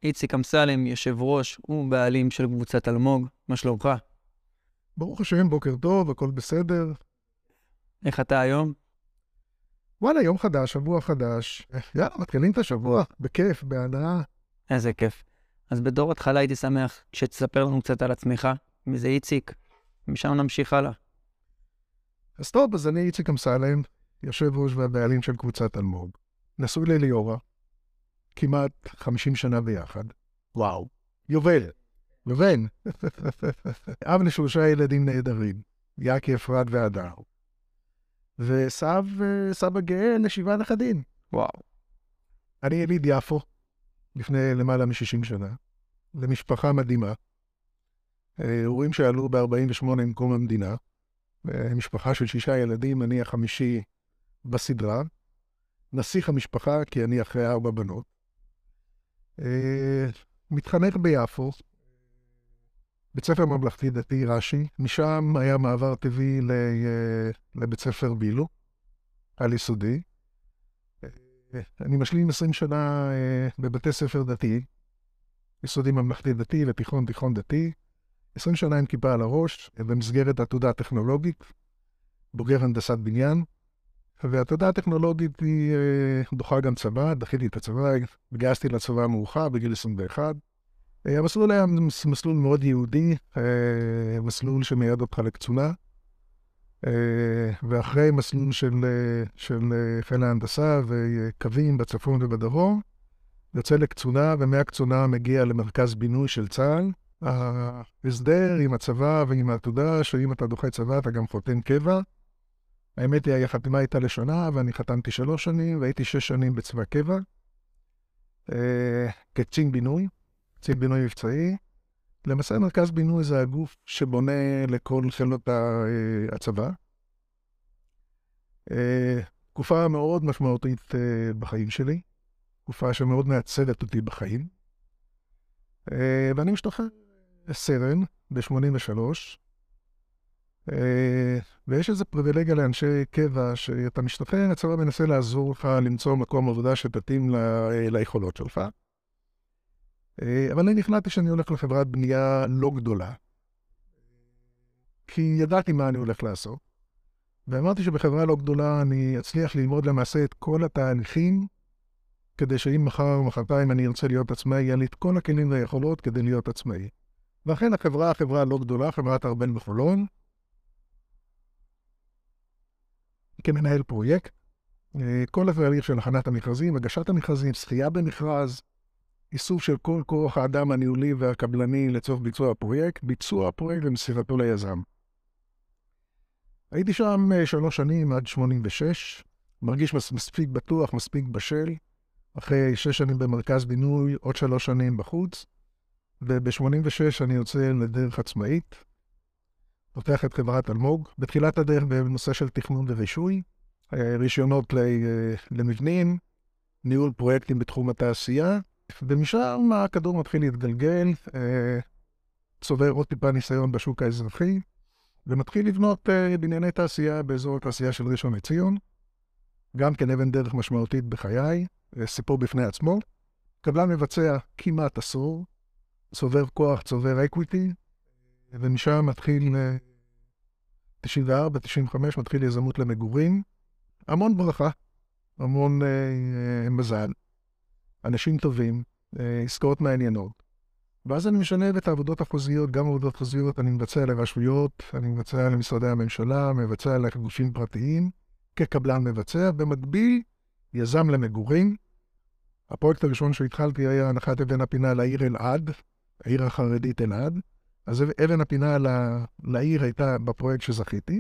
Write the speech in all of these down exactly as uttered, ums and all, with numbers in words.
איציק אמסלם, יושב ראש ובעלים של קבוצת אלמוג. מה שלומך? ברוך השם, בוקר טוב, הכל בסדר. איך אתה היום? וואלה, יום חדש, שבוע חדש. יאללה, מתחילים את השבוע, בכיף, בהנאה. איזה כיף. אז בתור התחלה הייתי שמח שתספר לנו קצת על עצמך, מי זה איציק, משם נמשיך הלאה. אז טוב, אז אני איציק אמסלם, יושב ראש והבעלים של קבוצת אלמוג. נשוי לליאורה, כמעט חמישים שנה ביחד. וואו. יובל. יובן. אב לשלושה ילדים נהדרים, יעקי, אפרת והדר. וסב, סבא גאה לשבעה נכדים. וואו. אני יליד יפו, לפני למעלה מ-שישים שנה, למשפחה מדהימה. הורים שעלו ב-ארבעים ושמונה עם קום המדינה, משפחה של שישה ילדים, אני החמישי בסדרה, נסיך המשפחה, כי אני אחרי ארבע בנות. מתחנך ביפו, בית ספר ממלכתי דתי רש"י, משם היה מעבר טבעי לבית ספר בילו, על יסודי. אני משלים עשרים שנה בבתי ספר דתי, יסודי ממלכתי דתי ותיכון תיכון דתי, עשרים שנה עם כיפה על הראש, במסגרת התעודה הטכנולוגית, בוגר הנדסת בניין, והתעודה הטכנולוגית היא דוחה גם צבא, דחיתי את הצבא, התגייסתי לצבא מאוחר בגיל עשרים ואחת. המסלול היה מסלול מאוד יהודי, מסלול שמייעד אותך לקצונה, ואחרי מסלול של, של חיל ההנדסה וקווים בצפון ובדרום, יוצא לקצונה, ומהקצונה מגיע למרכז בינוי של צה"ל. ההסדר עם הצבא ועם העתודה, שאם אתה דוחה צבא אתה גם חותם קבע. האמת היא, החתימה הייתה לשנה, ואני חתמתי שלוש שנים, והייתי שש שנים בצבא קבע, כקצין בינוי, קצין בינוי מבצעי. למעשה מרכז בינוי זה הגוף שבונה לכל חילות הצבא. תקופה מאוד משמעותית בחיים שלי, תקופה שמאוד מעצבת אותי בחיים. ואני משתחרר סרן ב-שמונים ושלוש, ויש איזו פריבילגיה לאנשי קבע, שאתה משתחרר, הצבא מנסה לעזור לך למצוא מקום עבודה שתתאים ל- ליכולות שלך. אבל אני החלטתי שאני הולך לחברת בנייה לא גדולה, כי ידעתי מה אני הולך לעשות, ואמרתי שבחברה לא גדולה אני אצליח ללמוד למעשה את כל התהליכים, כדי שאם מחר או מחרתיים אני ארצה להיות עצמאי, יהיה לי את כל הכלים והיכולות כדי להיות עצמאי. ואכן החברה, החברה לא גדולה, חברת ארבן בחולון, כמנהל פרויקט, כל התהליך של הכנת המכרזים, הגשת המכרזים, זכייה במכרז, איסוף של כל כוח האדם הניהולי והקבלני לצורך ביצוע הפרויקט, ביצוע הפרויקט ומסירתו ליזם. הייתי שם שלוש שנים עד שמונים ושש, מרגיש מספיק בטוח, מספיק בשל, אחרי שש שנים במרכז בינוי, עוד שלוש שנים בחוץ, וב-שמונים ושש אני יוצא לדרך עצמאית, פותח את חברת אלמוג, בתחילת הדרך בנושא של תכנון ורישוי, רישיונות למבנים, ניהול פרויקטים בתחום התעשייה, ומשם הכדור מתחיל להתגלגל, צובר עוד טיפה ניסיון בשוק האזרחי, ומתחיל לבנות בנייני תעשייה באזור התעשייה של ראשון לציון, גם כן אבן דרך משמעותית בחיי, סיפור בפני עצמו. קבלן מבצע כמעט עשור, צובר כוח, צובר אקוויטי, ומשם מתחיל תשעים וארבע תשעים וחמש, מתחיל יזמות למגורים. המון ברכה, המון אה, מזל, אנשים טובים, אה, עסקאות מעניינות. ואז אני משנה את העבודות החוזיות, גם עבודות חוזיות אני מבצע לרשויות, אני מבצע למשרדי הממשלה, מבצע לגופים פרטיים, כקבלן מבצע, במקביל יזם למגורים. הפרויקט הראשון שהתחלתי היה הנחת אבן הפינה לעיר אלעד, העיר החרדית אלעד. אז אבן הפינה לעיר הייתה בפרויקט שזכיתי.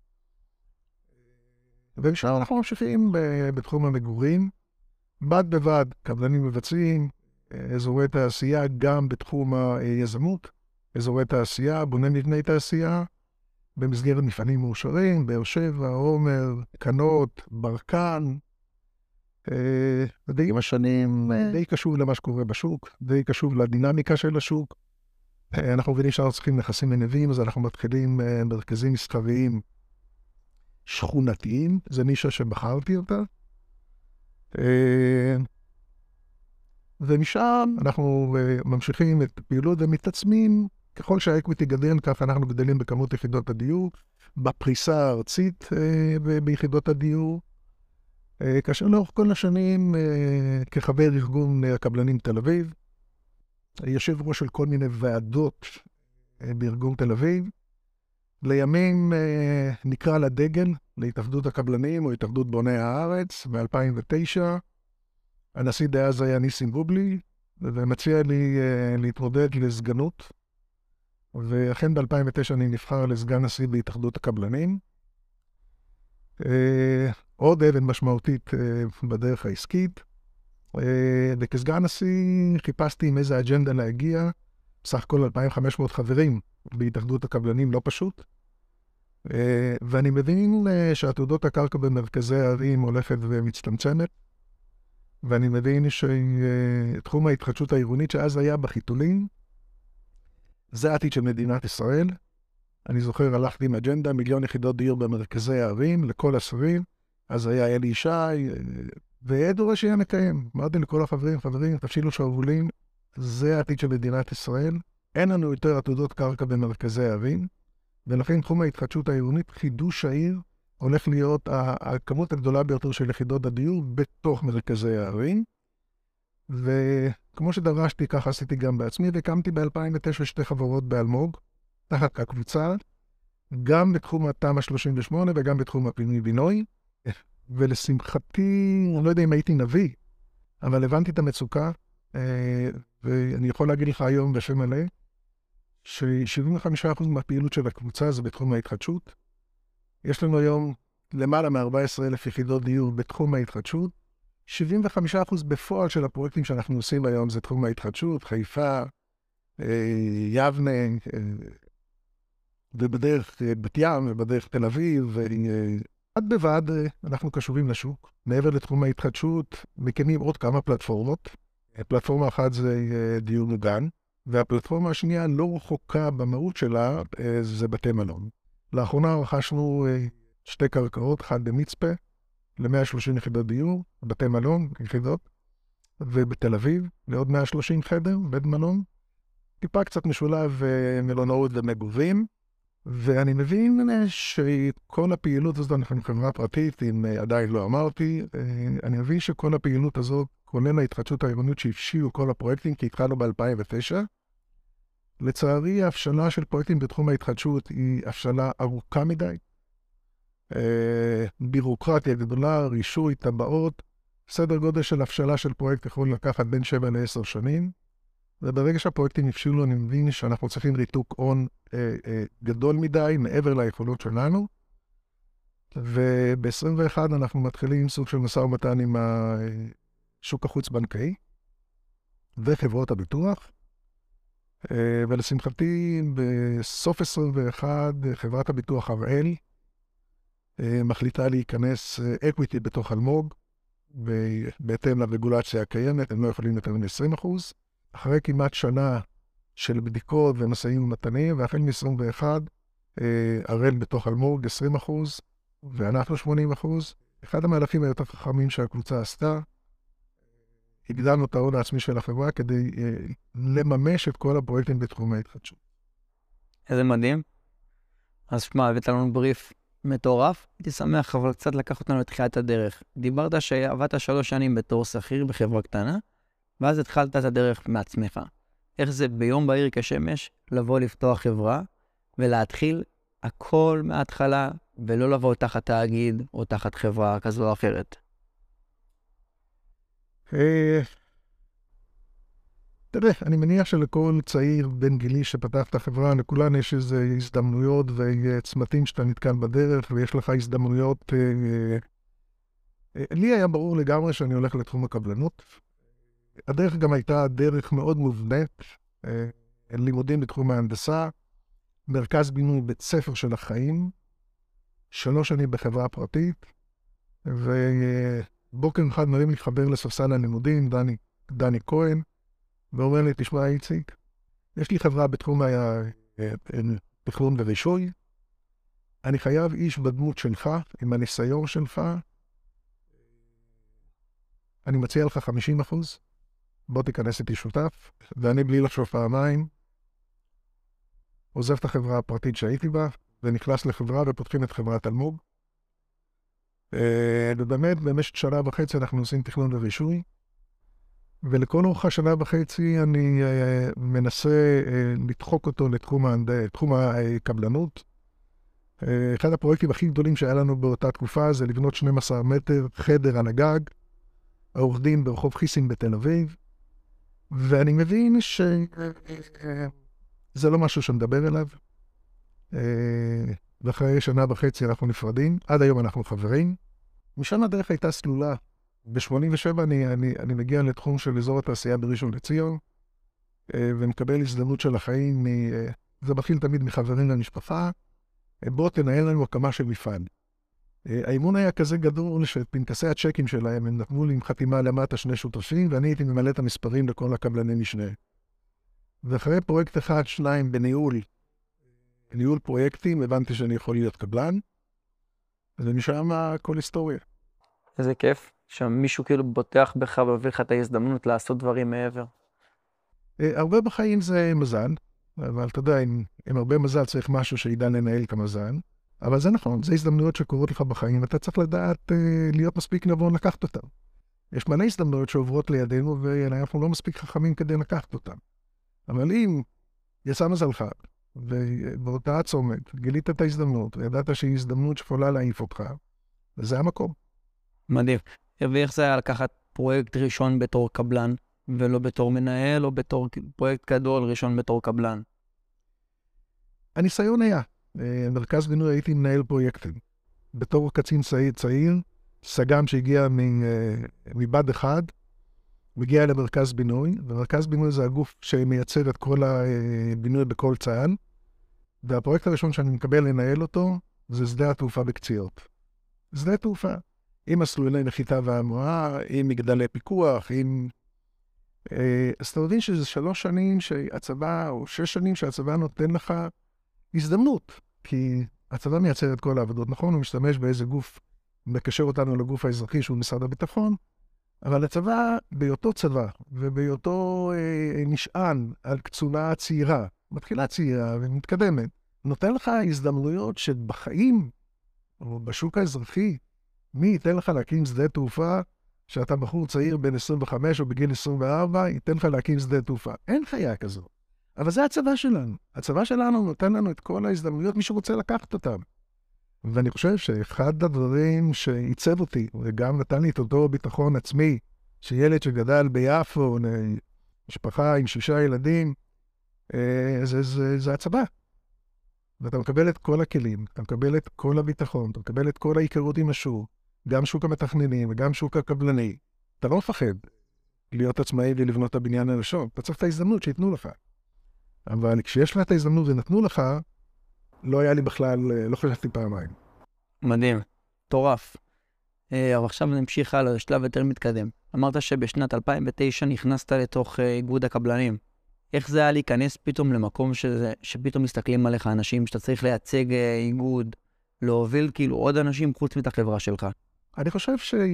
ומשם אנחנו ממשיכים בתחום המגורים. בד בבד, קבלנים מבצעים, אזורי תעשייה, גם בתחום היזמות, אזורי תעשייה, בונה מבני תעשייה, במסגרת מפעלים מאושרים, באר שבע, עומר, קנות, ברקן, די עם השנים, די קשוב למה שקורה בשוק, די קשוב לדינמיקה של השוק. אנחנו מבינים שאנחנו צריכים נכסים מנבים, אז אנחנו מתחילים מרכזים מסחריים שכונתיים, זה נישה שבחרתי אותה. ומשם אנחנו ממשיכים את הפעילות ומתעצמים. ככל שהאקוויטי גדל, ככה אנחנו גדלים בכמות יחידות הדיור, בפריסה הארצית ביחידות הדיור. כאשר לאורך כל השנים, כחבר ארגון הקבלנים תל אביב, יושב ראש של כל מיני ועדות בארגון תל אביב, לימים נקרא לדגל, להתאחדות הקבלנים או התאחדות בוני הארץ, ב-אלפיים ותשע. הנשיא דאז היה ניסים בובלי, ומציע לי להתמודד לסגנות, ואכן ב-אלפיים ותשע אני נבחר לסגן נשיא בהתאחדות הקבלנים. עוד אבן משמעותית בדרך העסקית, וכסגן נשיא חיפשתי עם איזה אג'נדה להגיע, בסך הכל אלפיים וחמש מאות חברים בהתאחדות הקבלנים, לא פשוט. ואני מבין שעתודות הקרקע במרכזי הערים הולכת ומצטמצמת, ואני מבין שתחום ההתחדשות העירונית שאז היה בחיתולים, זה העתיד של מדינת ישראל. אני זוכר, הלכתי עם אג'נדה, מיליון יחידות דיור במרכזי הערים, לכל השרים, אז היה אלי ישי, ודורש שיהיה מקיים. אמרתי לכל החברים, חברים, תפשילו שרוולים, זה העתיד של מדינת ישראל. אין לנו יותר עתודות קרקע במרכזי הערים, ולכן תחום ההתחדשות העירונית, חידוש העיר, הולך להיות הכמות הגדולה ביותר של יחידות הדיור בתוך מרכזי הערים. וכמו שדרשתי, ככה עשיתי גם בעצמי, והקמתי ב-אלפיים ותשע שתי חברות באלמוג, תחת הקבוצה, גם בתחום התמ"א שלושים ושמונה וגם בתחום הפינוי-בינוי. ולשמחתי, אני לא יודע אם הייתי נביא, אבל הבנתי את המצוקה, ואני יכול להגיד לך היום בשם מלא, ש-שבעים וחמישה אחוז מהפעילות של הקבוצה זה בתחום ההתחדשות. יש לנו היום למעלה מ-ארבע עשרה אלף יחידות דיור בתחום ההתחדשות. שבעים וחמישה אחוז בפועל של הפרויקטים שאנחנו עושים היום זה תחום ההתחדשות, חיפה, יבנה, ובדרך בת ים, ובדרך תל אביב, עד בבד אנחנו קשובים לשוק. מעבר לתחום ההתחדשות, מקימים עוד כמה פלטפורמות. פלטפורמה אחת זה דיור מוגן, והפלטפורמה השנייה לא רחוקה במהות שלה, זה בתי מלון. לאחרונה רכשנו שתי קרקעות, אחת במצפה, ל-מאה ושלושים יחידות דיור, בתי מלון, יחידות, ובתל אביב, לעוד מאה ושלושים חדר, בית מלון. טיפה קצת משולב מלונאות ומגובים, ואני מבין שכל הפעילות הזאת, אנחנו חברה פרטית, אם עדיין לא אמרתי, אני מבין שכל הפעילות הזאת, כולל ההתחדשות העירונית שהפשיעו כל הפרויקטים, כי התחלנו ב-אלפיים ותשע. לצערי, ההפשלה של פרויקטים בתחום ההתחדשות היא הפשלה ארוכה מדי. בירוקרטיה גדולה, רישוי, טבעות, סדר גודל של הפשלה של פרויקט יכול לקחת בין שבע לעשר שנים, וברגע שהפרויקטים הפשילו, אני מבין שאנחנו צריכים ריתוק הון אה, אה, גדול מדי, מעבר ליכולות שלנו, וב-עשרים ואחת אנחנו מתחילים סוג של משא ומתן עם השוק החוץ-בנקאי וחברות הביטוח, אה, ולשמחתי בסוף עשרים ואחת חברת הביטוח הראל אה, מחליטה להיכנס אקוויטי בתוך אלמוג, בהתאם לרגולציה הקיימת, הם לא יכולים יותר מ-עשרים אחוז, אחרי כמעט שנה של בדיקות ומשאים ומתנים, והחל מ-עשרים ואחת, הראל בתוך אלמוג עשרים אחוז, ואנחנו שמונים אחוז. אחד המהלכים היותר חכמים שהקבוצה עשתה, הגדלנו את ההון העצמי של החברה כדי לממש את כל הפרויקטים בתחום ההתחדשות. איזה מדהים. אז שמע, הבאת לנו בריף מטורף. הייתי שמח, אבל קצת לקח אותנו לתחילת הדרך. דיברת שעבדת שלוש שנים בתור שכיר בחברה קטנה, ואז התחלת את הדרך מעצמך. איך זה ביום בהיר כשמש לבוא לפתוח חברה ולהתחיל הכל מההתחלה, ולא לבוא תחת תאגיד או תחת חברה כזו או אחרת? תראה, אני מניח שלכל צעיר בן גילי שפתח את החברה, לכולן יש איזה הזדמנויות וצמתים שאתה נתקל בדרך, ויש לך הזדמנויות. לי היה ברור לגמרי שאני הולך לתחום הקבלנות. הדרך גם הייתה דרך מאוד מובנית, לימודים בתחום ההנדסה, מרכז בינוי בית ספר של החיים, שלוש שנים בחברה פרטית, ובוקר אחד מרים להתחבר לספסל הלימודים, דני, דני כהן, ואומר לי, תשמע איציק, יש לי חברה בתחום תכנון ורישוי, אני חייב איש בדמות שלך, עם הניסיון שלך, אני מציע לך חמישים אחוז, בוא תיכנס איתי שותף, ואני בלי לחשוב פעמיים, עוזב את החברה הפרטית שהייתי בה, ונכנס לחברה ופותחים את חברת אלמוג. ובאמת, במשך שנה וחצי אנחנו עושים תכנון ורישוי, ולכל אורך השנה וחצי אני מנסה לדחוק אותו לתחום, לתחום הקבלנות. אחד הפרויקטים הכי גדולים שהיה לנו באותה תקופה זה לבנות שנים עשר מטר חדר על הגג, העורך דין ברחוב חיסין בתל אביב, ואני מבין שזה לא משהו שמדבר אליו. ואחרי שנה וחצי אנחנו נפרדים, עד היום אנחנו חברים. משם הדרך הייתה סלולה. ב-שמונים ושבע אני, אני, אני מגיע לתחום של אזור התעשייה בראשון לציון, ומקבל הזדמנות של החיים, זה מתחיל תמיד מחברים למשפחה, בוא תנהל לנו הקמה של מפעל. האימון היה כזה גדול שפנקסי הצ'קים שלהם, הם נתנו לי עם חתימה למטה שני שותפים, ואני הייתי ממלא את המספרים לכל הקבלני משנה. ואחרי פרויקט אחד, שניים בניהול, ניהול פרויקטים, הבנתי שאני יכול להיות קבלן, ומשם כל היסטוריה. איזה כיף, שמישהו כאילו בוטח בך ומביא לך את ההזדמנות לעשות דברים מעבר. הרבה בחיים זה מזל, אבל אתה יודע, עם, עם הרבה מזל צריך משהו שידע לנהל את המזל, אבל זה נכון, זה הזדמנויות שקורות לך בחיים, ואתה צריך לדעת אה, להיות מספיק נבון לקחת אותן. יש מלא הזדמנויות שעוברות לידינו, ואנחנו לא מספיק חכמים כדי לקחת אותן. אבל אם יצא מזלך, ובאותה הצומת, גילית את ההזדמנות, וידעת שהיא הזדמנות שיכולה להעיף אותך, וזה המקום. מדהים. ואיך זה היה לקחת פרויקט ראשון בתור קבלן, ולא בתור מנהל, או בתור פרויקט גדול ראשון בתור קבלן? הניסיון היה. מרכז בינוי הייתי מנהל פרויקטים. בתור קצין צעיר, צעיר סג"ם שהגיע מבד אחד, מגיע למרכז בינוי, ומרכז בינוי זה הגוף שמייצר את כל הבינוי בכל צה"ל, והפרויקט הראשון שאני מקבל לנהל אותו, זה שדה התעופה בקציעות. שדה תעופה, עם מסלולי נחיתה והמראה, עם מגדלי פיקוח, עם... אז אתה מבין שזה שלוש שנים שהצבא, או שש שנים שהצבא נותן לך הזדמנות, כי הצבא מייצר את כל העבודות, נכון? הוא משתמש באיזה גוף, מקשר אותנו לגוף האזרחי שהוא משרד הביטחון, אבל הצבא, בהיותו צבא, ובהיותו אה, נשען על קצונה צעירה, מתחילה צעירה ומתקדמת, נותן לך הזדמנויות שבחיים, או בשוק האזרחי, מי ייתן לך להקים שדה תעופה, שאתה בחור צעיר בין עשרים וחמש או בגיל עשרים וארבע, ייתן לך להקים שדה תעופה. אין חיה כזו. אבל זה הצבא שלנו. הצבא שלנו נותן לנו את כל ההזדמנויות, מי שרוצה לקחת אותם. ואני חושב שאחד הדברים שעיצב אותי, וגם נתן לי את אותו ביטחון עצמי, שילד שגדל ביפו, משפחה עם שישה ילדים, זה, זה, זה הצבא. ואתה מקבל את כל הכלים, אתה מקבל את כל הביטחון, אתה מקבל את כל ההיכרות עם השוק, גם שוק המתכננים וגם שוק הקבלני. אתה לא מפחד להיות עצמאי ולבנות את הבניין הראשון. אתה צריך את ההזדמנות שיתנו לך. אבל כשיש לך את ההזדמנות ונתנו לך, לא היה לי בכלל, לא חשבתי פעמיים. מדהים, טורף. אבל עכשיו נמשיך הלאה, לשלב יותר מתקדם. אמרת שבשנת אלפיים ותשע נכנסת לתוך איגוד הקבלנים. איך זה היה להיכנס פתאום למקום שזה, שפתאום מסתכלים עליך אנשים, שאתה צריך לייצג איגוד, להוביל כאילו עוד אנשים חוץ מת החברה שלך? אני חושב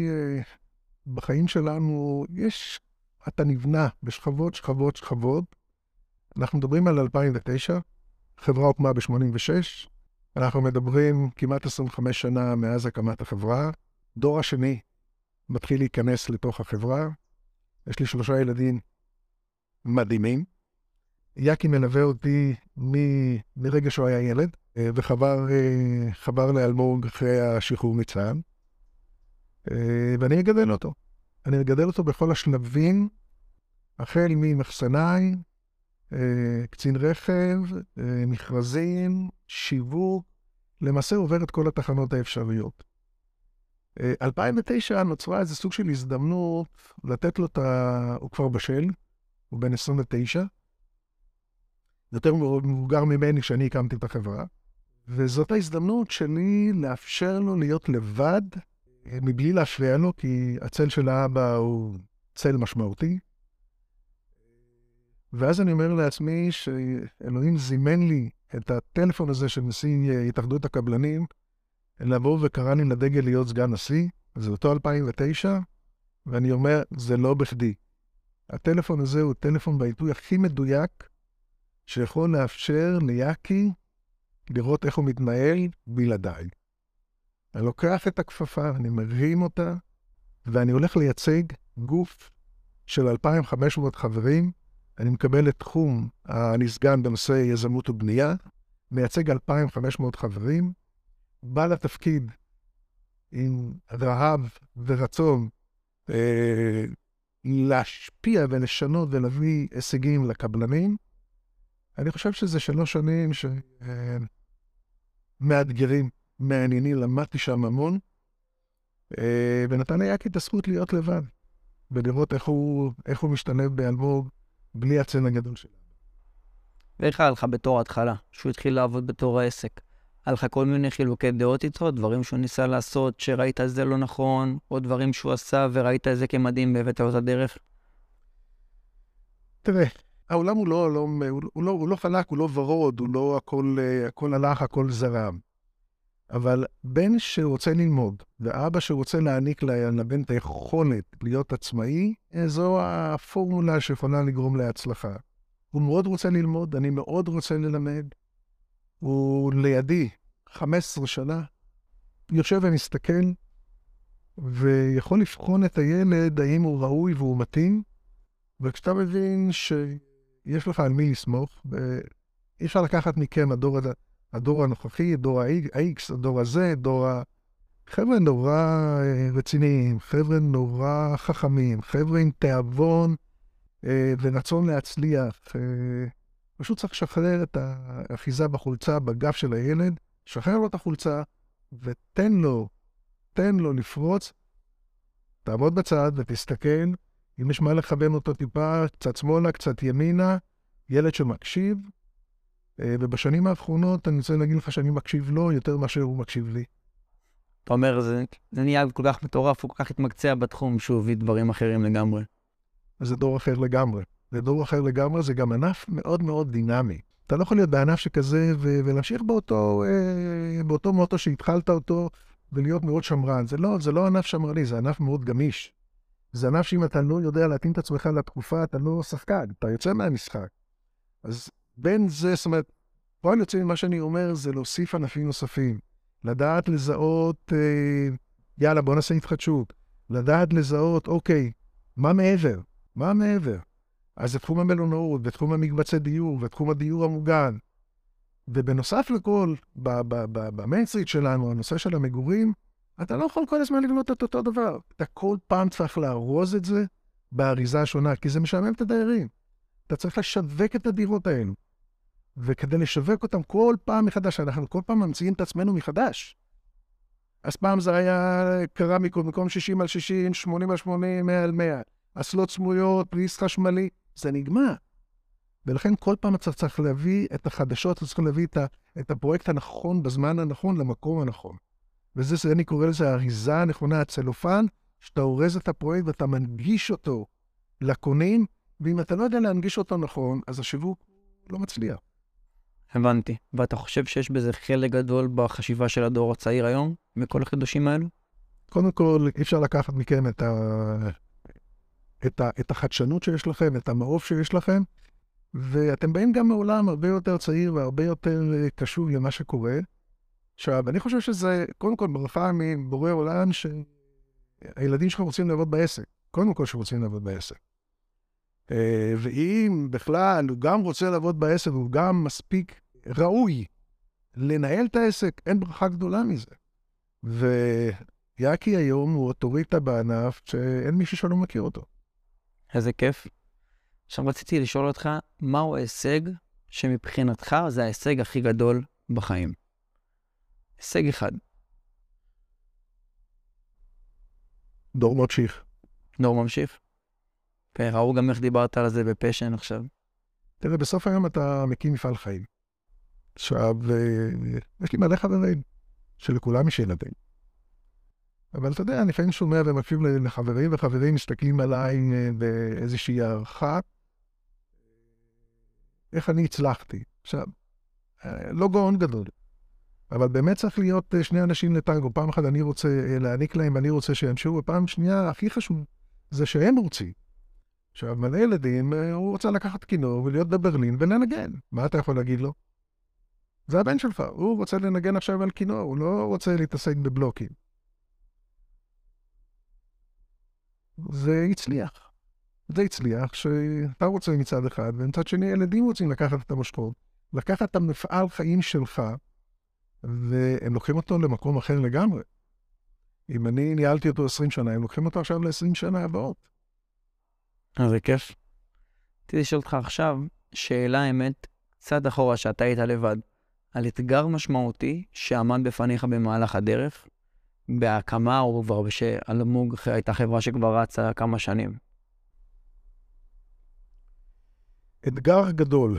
שבחיים שלנו יש, אתה נבנה בשכבות, שכבות, שכבות. אנחנו מדברים על אלפיים ותשע, חברה הוקמה ב-שמונים ושש, אנחנו מדברים כמעט עשרים וחמש שנה מאז הקמת החברה, דור השני מתחיל להיכנס לתוך החברה, יש לי שלושה ילדים מדהימים, יאקי מלווה אותי מ- מרגע שהוא היה ילד, וחבר חבר לאלמוג אחרי השחרור מצה"ל, ואני אגדל אותו. אני אגדל אותו בכל השלבים, החל ממחסנאי, קצין רכב, מכרזים, שיווק, למעשה עובר את כל התחנות האפשריות. אלפיים ותשע נוצרה איזה סוג של הזדמנות לתת לו את ה... הוא כבר בשל, הוא בן עשרים ותשע, יותר מבוגר ממני כשאני הקמתי את החברה, וזאת ההזדמנות שלי לאפשר לו להיות לבד, מבלי להפריע לו, כי הצל של האבא הוא צל משמעותי. ואז אני אומר לעצמי שאלוהים זימן לי את הטלפון הזה של נשיא התאחדות הקבלנים, לבוא וקרא לי לדגל להיות סגן נשיא, זה אותו אלפיים ותשע, ואני אומר, זה לא בכדי. הטלפון הזה הוא טלפון בעיתוי הכי מדויק, שיכול לאפשר ליאקי לראות איך הוא מתנהל בלעדיי. אני לוקח את הכפפה, אני מרים אותה, ואני הולך לייצג גוף של אלפיים וחמש מאות חברים, אני מקבל את תחום הנסגן בנושא יזמות ובנייה, מייצג אלפיים וחמש מאות חברים, בא לתפקיד עם רעב ורצון אה, להשפיע ולשנות ולהביא הישגים לקבלנים. אני חושב שזה שלוש שנים שמאתגרים, מעניינים, למדתי שם המון, אה, ונתן ליאקי את הזכות להיות לבד, ולראות איך הוא, איך הוא משתלב באלמוג בלי הצן הגדול שלנו. ואיך היה לך בתור ההתחלה, שהוא התחיל לעבוד בתור העסק? היה לך כל מיני חילוקי דעות איתו, דברים שהוא ניסה לעשות, שראית זה לא נכון, או דברים שהוא עשה וראית את זה כמדהים והבאת לו את הדרך? תראה, העולם הוא לא, לא, הוא, הוא לא, הוא לא חלק, הוא לא ורוד, הוא לא הכל, הכל הלך, הכל זרם. אבל בן שרוצה ללמוד, ואבא שרוצה להעניק לבן את היכולת להיות עצמאי, זו הפורמולה שיכולה לגרום להצלחה. הוא מאוד רוצה ללמוד, אני מאוד רוצה ללמד. הוא לידי חמש עשרה שנה, יושב ומסתכל, ויכול לבחון את הילד, האם הוא ראוי והוא מתאים, וכשאתה מבין שיש לך על מי לסמוך, ואי אפשר לקחת מכם הדור, הדור הנוכחי, דור ה-X, הדור הזה, דור ה... חבר'ה נורא רציניים, חבר'ה נורא חכמים, חבר'ה עם תיאבון ורצון להצליח. פשוט צריך לשחרר את האחיזה בחולצה, בגב של הילד, שחרר לו את החולצה, ותן לו, תן לו לפרוץ, תעמוד בצד ותסתכל, אם יש מה לכוון אותו טיפה, קצת שמאלה, קצת ימינה, ילד שמקשיב, ובשנים האחרונות אני רוצה להגיד לך שאני מקשיב לו יותר מאשר הוא מקשיב לי. אתה אומר, זה, זה נהיה כל כך מטורף, הוא כל כך התמקצע בתחום שהוא הביא דברים אחרים לגמרי. אז זה דור אחר לגמרי. זה דור אחר לגמרי, זה גם ענף מאוד מאוד דינמי. אתה לא יכול להיות בענף שכזה ו- ולהמשיך באותו, אה, באותו מוטו שהתחלת אותו ולהיות מאוד שמרן. זה לא, זה לא ענף שמרני, זה ענף מאוד גמיש. זה ענף שאם אתה לא יודע להתאים את עצמך לתקופה, אתה לא שחקן, אתה יוצא מהמשחק. אז בין זה, זאת אומרת, פועל יוצא ממה שאני אומר, זה להוסיף ענפים נוספים. לדעת לזהות, אה, יאללה, בוא נעשה התחדשות. לדעת לזהות, אוקיי, מה מעבר? מה מעבר? אז זה תחום המלונאות, ותחום המקבצי דיור, ותחום הדיור המוגן. ובנוסף לכל, במיינסטריט שלנו, הנושא של המגורים, אתה לא יכול כל הזמן לבנות את אותו דבר. אתה כל פעם צריך לארוז את זה באריזה השונה, כי זה משעמם את הדיירים. אתה צריך לשווק את הדירות האלו. וכדי לשווק אותם כל פעם מחדש, אנחנו כל פעם ממציאים את עצמנו מחדש. אז פעם זה היה קרה מקום שישים על שישים, שמונים על שמונים, מאה על מאה. אסלות סמויות, פריס חשמלי, זה נגמר. ולכן כל פעם אתה צריך להביא את החדשות, אתה צריך להביא את, ה, את הפרויקט הנכון, בזמן הנכון, למקום הנכון. וזה, זה, אני קורא לזה האריזה הנכונה, הצלופן, שאתה אורז את הפרויקט ואתה מנגיש אותו לקונים, ואם אתה לא יודע להנגיש אותו נכון, אז השיווק לא מצליח. הבנתי. ואתה חושב שיש בזה חלק גדול בחשיבה של הדור הצעיר היום, מכל החידושים האלו? קודם כל, אי אפשר לקחת מכם את, ה... את, ה... את החדשנות שיש לכם, את המעוף שיש לכם, ואתם באים גם מעולם הרבה יותר צעיר והרבה יותר קשוב למה שקורה. עכשיו, אני חושב שזה, קודם כל, ברכה מבורא עולם, שהילדים שלך רוצים לעבוד בעסק. קודם כל שרוצים לעבוד בעסק. ואם בכלל הוא גם רוצה לעבוד בעסק, הוא גם מספיק ראוי לנהל את העסק, אין ברכה גדולה מזה. ויאקי היום הוא אוטוריטה בענף שאין מישהו שלא מכיר אותו. איזה כיף. עכשיו רציתי לשאול אותך, מהו ההישג שמבחינתך זה ההישג הכי גדול בחיים? הישג אחד. דור ממשיך. דור ממשיך? ראו גם איך דיברת על זה בפשן עכשיו. תראה, בסוף היום אתה מקים מפעל חיים. עכשיו, יש לי מלא חברים, שלכולם יש ילדים. אבל אתה יודע, אני לפעמים שומע ומקשיב לחברים, וחברים מסתכלים עליי באיזושהי הערכה, איך אני הצלחתי. עכשיו, לא גאון גדול, אבל באמת צריך להיות שני אנשים לטנגו. פעם אחת אני רוצה להעניק להם, אני רוצה שימשו, ופעם שנייה, הכי חשוב, זה שהם רוצים. עכשיו, מלא ילדים, הוא רוצה לקחת כינור ולהיות בברלין ולנגן. מה אתה יכול להגיד לו? זה הבן שלך, הוא רוצה לנגן עכשיו על כינור, הוא לא רוצה להתעסק בבלוקים. זה הצליח. זה הצליח שאתה רוצה מצד אחד, ומצד שני ילדים רוצים לקחת את המושכות, לקחת את המפעל חיים שלך, והם לוקחים אותו למקום אחר לגמרי. אם אני ניהלתי אותו עשרים שנה, הם לוקחים אותו עכשיו ל-עשרים שנה הבאות. אז זה כיף. רציתי לשאול אותך עכשיו, שאלה אמת, קצת אחורה שאתה היית לבד, על אתגר משמעותי שעמד בפניך במהלך הדרך, בהקמה או כבר בשאלמוג הייתה חברה שכבר רצה כמה שנים. אתגר גדול.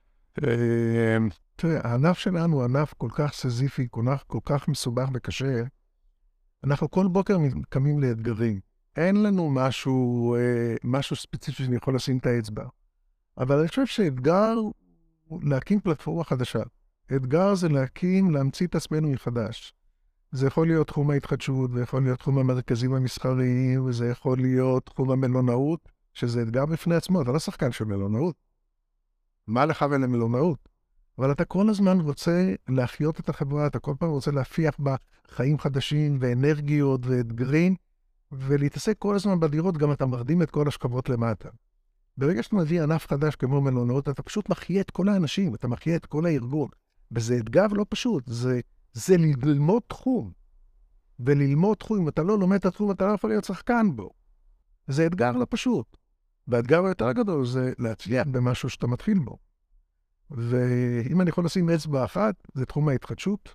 תראה, הענף שלנו הוא ענף כל כך סזיפי, כל כך מסובך וקשה. אנחנו כל בוקר קמים לאתגרים. אין לנו משהו, משהו ספציפי שאני יכול לשים את האצבע. אבל אני חושב שאתגר הוא להקים פלטפורמה חדשה. אתגר זה להקים, להמציא את עצמנו מחדש. זה יכול להיות תחום ההתחדשות, זה יכול להיות תחום המרכזים המסחריים, וזה יכול להיות תחום המלונאות, שזה אתגר בפני עצמו. אתה לא שחקן של מלונאות. מה לך ולמלונאות? אבל אתה כל הזמן רוצה להחיות את החברה, אתה כל פעם רוצה להפיח בה חיים חדשים ואנרגיות ואתגרים, ולהתעסק כל הזמן בדירות, גם אתה מרדים את כל השכבות למטה. ברגע שאתה מביא ענף חדש כמו מלונאות, אתה פשוט מחיה את כל האנשים, אתה מחיה את כל הארגון. וזה אתגר לא פשוט, זה, זה ללמוד תחום. וללמוד תחום, אם אתה לא לומד את התחום, אתה לא יכול להיות שחקן בו. זה אתגר לא פשוט. והאתגר היותר גדול זה להצליח במשהו שאתה מתחיל בו. ואם אני יכול לשים אצבע אחת, זה תחום ההתחדשות,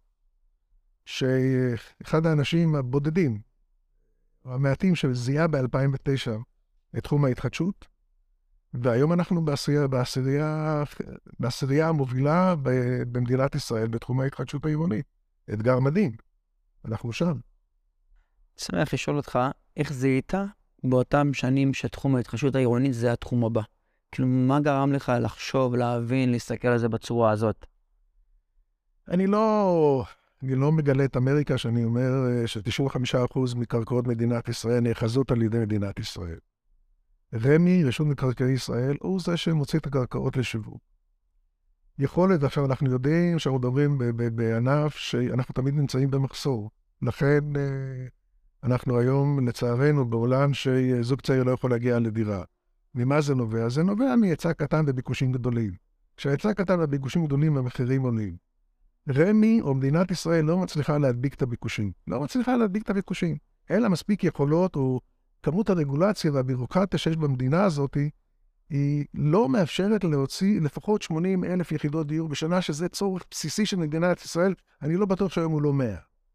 שאחד האנשים הבודדים, המעטים שזיהה ב-אלפיים ותשע את תחום ההתחדשות, והיום אנחנו בעשירייה, בעשירייה, בעשירייה המובילה במדינת ישראל בתחום ההתחדשות העירונית. אתגר מדהים. אנחנו שם. שמח לשאול אותך, איך זיהית באותם שנים שתחום ההתחדשות העירונית זה התחום הבא? כאילו, מה גרם לך לחשוב, להבין, להסתכל על זה בצורה הזאת? אני לא, אני לא מגלה את אמריקה שאני אומר ש-תשעים וחמישה אחוז מקרקעות מדינת ישראל נאחזות על ידי מדינת ישראל. רמ"י, רשות מקרקעי ישראל, הוא זה שמוציא את הקרקעות לשיווק. יכולת, עכשיו אנחנו יודעים שאנחנו מדברים בענף שאנחנו תמיד נמצאים במחסור. לכן אנחנו היום, לצערנו, בעולם שזוג צעיר לא יכול להגיע לדירה. ממה זה נובע? זה נובע מהיצע קטן וביקושים גדולים. כשהיצע קטן וביקושים גדולים, המחירים עולים. רמ"י או מדינת ישראל לא מצליחה להדביק את הביקושים. לא מצליחה להדביק את הביקושים. אין לה מספיק יכולות או כמות הרגולציה והבירוקרטיה שיש במדינה הזאת, היא לא מאפשרת להוציא לפחות שמונים אלף יחידות דיור בשנה, שזה צורך בסיסי של מדינת ישראל. אני לא בטוח שהיום הוא לא מאה.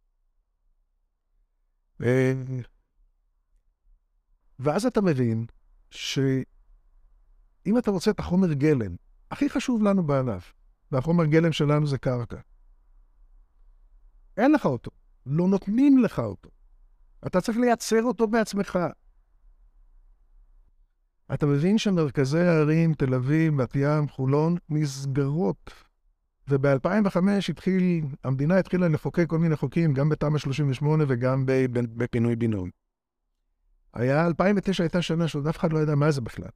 ואז אתה מבין שאם אתה רוצה את החומר גלם, הכי חשוב לנו בענף, והחומר גלם שלנו זה קרקע. אין לך אותו, לא נותנים לך אותו. אתה צריך לייצר אותו בעצמך. אתה מבין שמרכזי הערים, תל אביב, בת ים, חולון, נסגרות. וב-אלפיים וחמש התחיל, המדינה התחילה לחוקק כל מיני חוקים, גם בתמ"א שלושים ושמונה וגם בפינוי בינוי. היה, אלפיים ותשע הייתה שנה שעוד אף אחד לא ידע מה זה בכלל.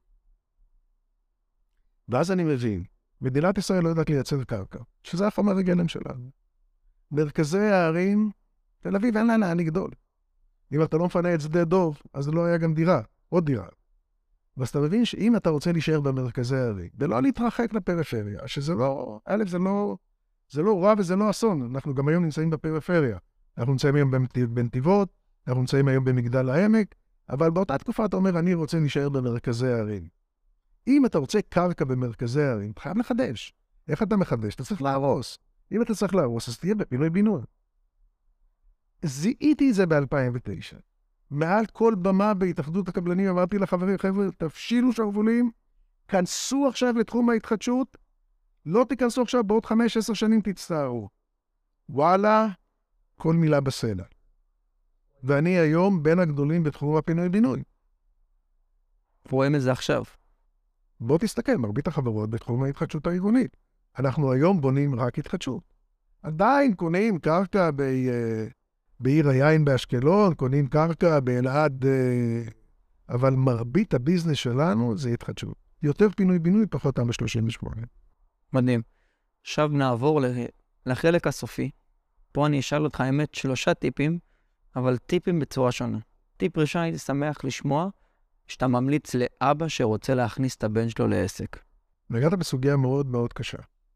ואז אני מבין, מדינת ישראל לא יודעת לייצר קרקע, שזה החומר הגלם שלנו. מרכזי הערים, תל אביב אין לה לאן לגדול. אם אתה לא מפנה את שדה דוב, אז לא היה גם דירה, עוד דירה. ואז אתה מבין שאם אתה רוצה להישאר במרכזי הערים, ולא להתרחק לפריפריה, שזה לא, א', זה לא, זה לא רע וזה לא אסון. אנחנו גם היום נמצאים בפריפריה. אנחנו נמצאים היום בנתיבות, אנחנו נמצאים היום במגדל העמק, אבל באותה תקופה אתה אומר, אני רוצה להישאר במרכזי הערים. אם אתה רוצה קרקע במרכזי הערים, אתה חייב לחדש. איך אתה מחדש? אתה צריך להרוס. אם אתה צריך להרוס, אז תהיה בפינוי בינוי. זיהיתי את זה ב-אלפיים ותשע. מעל כל במה בהתאחדות הקבלנים, אמרתי לחברים, חבר'ה, תפשילו שרוולים, כנסו עכשיו לתחום ההתחדשות, לא תיכנסו עכשיו, בעוד חמש, עשר שנים תצטערו. וואלה, כל מילה בסלע. ואני היום בין הגדולים בתחום הפינוי-בינוי. רואים את זה עכשיו. בוא תסתכל, מרבית החברות בתחום ההתחדשות העירונית. אנחנו היום בונים רק התחדשות. עדיין קונים קרקע ב... בעיר היין באשקלון, קונים קרקע באלעד, אבל מרבית הביזנס שלנו זה התחדשות. יותר פינוי-בינוי, פחות תמ"א שלושים ושמונה. מדהים. עכשיו נעבור לחלק הסופי. פה אני אשאל אותך, האמת, שלושה טיפים, אבל טיפים בצורה שונה. טיפ ראשון, הייתי שמח לשמוע שאתה ממליץ לאבא שרוצה להכניס את הבן שלו לעסק. נגעת בסוגיה מאוד מאוד קשה.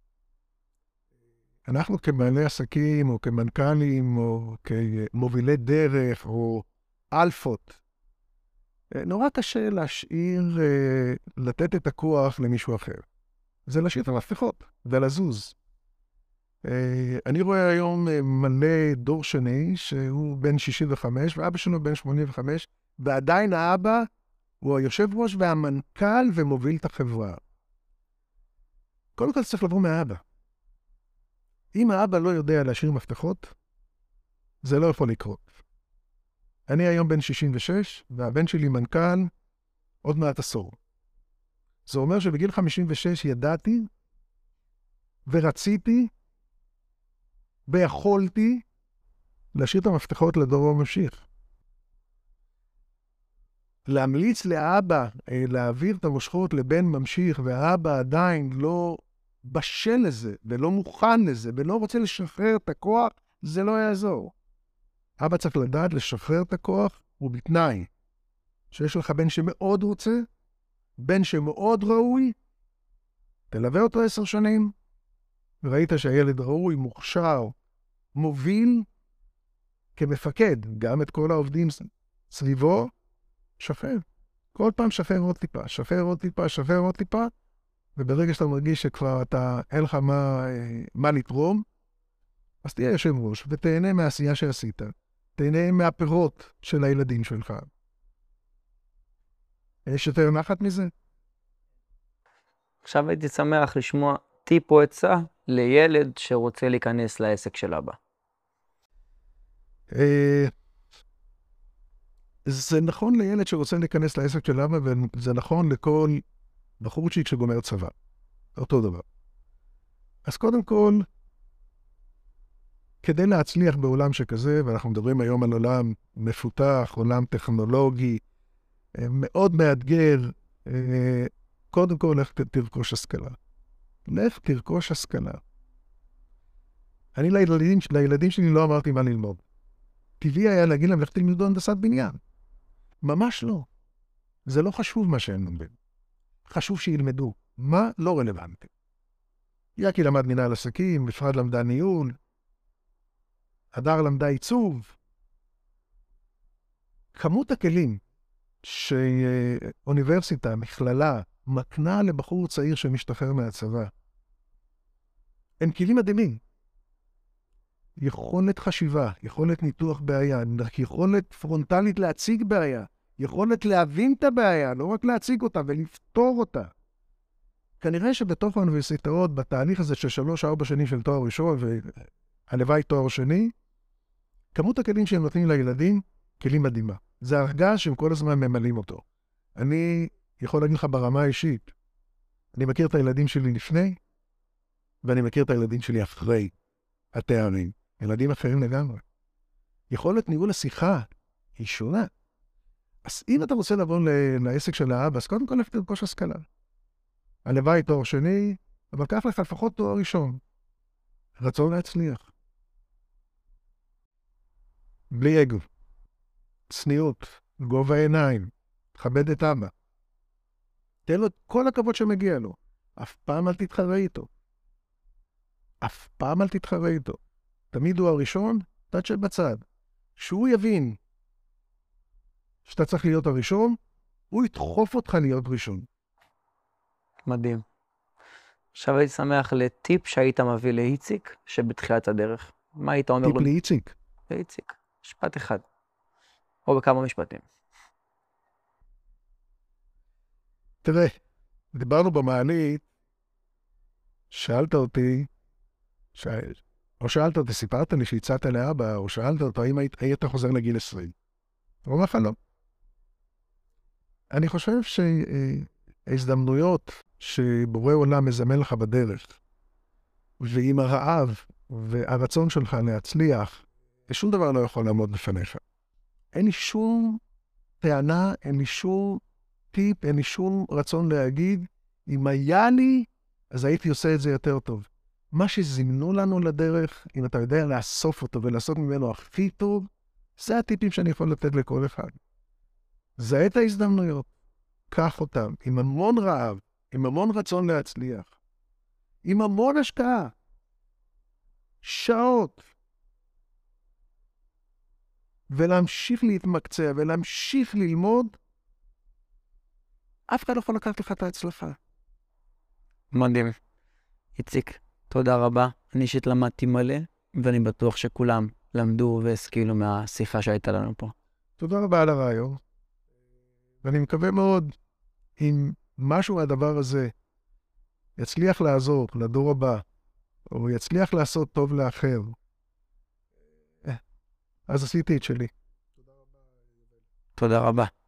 אנחנו כמנהלי עסקים, או כמנכ"לים, או כמובילי דרך, או אלפות, נורא קשה להשאיר, לתת את הכוח למישהו אחר. זה להשאיר את המפתחות, ולזוז. אני רואה היום מלא דור שני, שהוא בן שישים וחמש, ואבא שלו בן שמונים וחמש, ועדיין האבא הוא היושב ראש והמנכ"ל ומוביל את החברה. קודם כל צריך לבוא מהאבא. אם האבא לא יודע להשאיר מפתחות, זה לא יכול לקרות. אני היום בן שישים ושש, והבן שלי מנכ"ל עוד מעט עשור. זה אומר שבגיל חמישים ושש ידעתי ורציתי ויכולתי להשאיר את המפתחות לדור הממשיך. להמליץ לאבא להעביר את המושכות לבן ממשיך, והאבא עדיין לא בשל לזה, ולא מוכן לזה, ולא רוצה לשחרר את הכוח, זה לא יעזור. אבא צריך לדעת לשחרר את הכוח, ובתנאי שיש לך בן שמאוד רוצה, בן שמאוד ראוי, תלווה אותו עשר שנים, וראית שהילד ראוי, מוכשר, מוביל, כמפקד, גם את כל העובדים סביבו, שפר. כל פעם שפר עוד טיפה, שפר עוד טיפה, שפר עוד טיפה, וברגע שאתה מרגיש שכבר אתה, אין לך מה, מה לתרום, אז תהיה יושב ראש, ותהנה מהעשייה שעשית. תהנה מהפירות של הילדים שלך. יש יותר נחת מזה? עכשיו הייתי שמח לשמוע טיפ או עצה לילד שרוצה להיכנס לעסק של אבא. זה נכון לילד שרוצה להיכנס לעסק של אבא, וזה נכון לכל בחורצ'יק שגומר צבא. אותו דבר. אז קודם כל, כדי להצליח בעולם שכזה, ואנחנו מדברים היום על עולם מפותח, עולם טכנולוגי, מאוד מאתגר, קודם כל, לך תרכוש השכלה. לך תרכוש השכלה. אני לילדים, לילדים שלי לא אמרתי מה ללמוד. טבעי היה להגיד להם, לך תלמדו הנדסת בניין. ממש לא. זה לא חשוב מה שהם לומדים. חשוב שילמדו. מה לא רלוונטי. יקי למד מנהל עסקים, אפרת למדה ניהול, הדר למדה עיצוב. כמות הכלים שאוניברסיטה, מכללה, מקנה לבחור צעיר שמשתחרר מהצבא, הם כלים מדהימים. יכולת חשיבה, יכולת ניתוח בעיה, יכולת פרונטלית להציג בעיה, יכולת להבין את הבעיה, לא רק להציג אותה ולפתור אותה. כנראה שבתוך האוניברסיטאות, בתהליך הזה של שלוש, ארבע שנים של תואר ראשון והלוואי תואר שני, כמות הכלים שהם נותנים לילדים, כלים מדהימה. זה הרגש שהם כל הזמן ממלאים אותו. אני יכול להגיד לך ברמה האישית, אני מכיר את הילדים שלי לפני, ואני מכיר את הילדים שלי אחרי התארים. ילדים אחרים לגמרי. יכולת ניהול השיחה היא שונה. אז אם אתה רוצה לבוא לעסק של האבא, אז קודם כל לך תרכוש השכלה. הלוואי תואר שני, אבל קח לך לפחות תואר ראשון. רצון להצליח. בלי אגו. צניעות, גובה עיניים, תכבד את אבא. תן לו את כל הכבוד שמגיע לו. אף פעם אל תתחרה איתו. אף פעם אל תתחרה איתו. תמיד הוא הראשון, תשב בצד. שהוא יבין שאתה צריך להיות הראשון, הוא ידחוף אותך להיות ראשון. מדהים. עכשיו הייתי שמח לטיפ שהיית מביא לאיציק, שבתחילת הדרך. מה היית אומר לו? טיפ לאיציק? לאיציק. משפט אחד. או בכמה משפטים. תראה, דיברנו במעלית, שאלת אותי, ש... או שאלת אותי, סיפרת לי שהצעת לאבא, או שאלת אותו, האם היית, היית חוזר לגיל עשרים? הוא אומר לך לא. אני חושב שההזדמנויות שבורא עולם מזמן לך בדרך, ועם הרעב והרצון שלך להצליח, שום דבר לא יכול לעמוד לפניך. אין לי שום טענה, אין לי שום טיפ, אין לי שום רצון להגיד, אם היה לי, אז הייתי עושה את זה יותר טוב. מה שזימנו לנו לדרך, אם אתה יודע לאסוף אותו ולעשות ממנו הכי טוב, זה הטיפים שאני יכול לתת לכל אחד. זה את ההזדמנויות, קח אותם, עם המון רעב, עם המון רצון להצליח, עם המון השקעה, שעות, ולהמשיך להתמקצע ולהמשיך ללמוד, אף אחד לא יכול לקחת לך את ההצלחה. מדהים. איציק, תודה רבה. אני אישית למדתי מלא, ואני בטוח שכולם למדו והשכילו מהשיחה שהייתה לנו פה. תודה רבה על הרעיון, ואני מקווה מאוד אם משהו מהדבר הזה יצליח לעזור לדור הבא, או יצליח לעשות טוב לאחר, אז עשיתי את שלי. תודה רבה.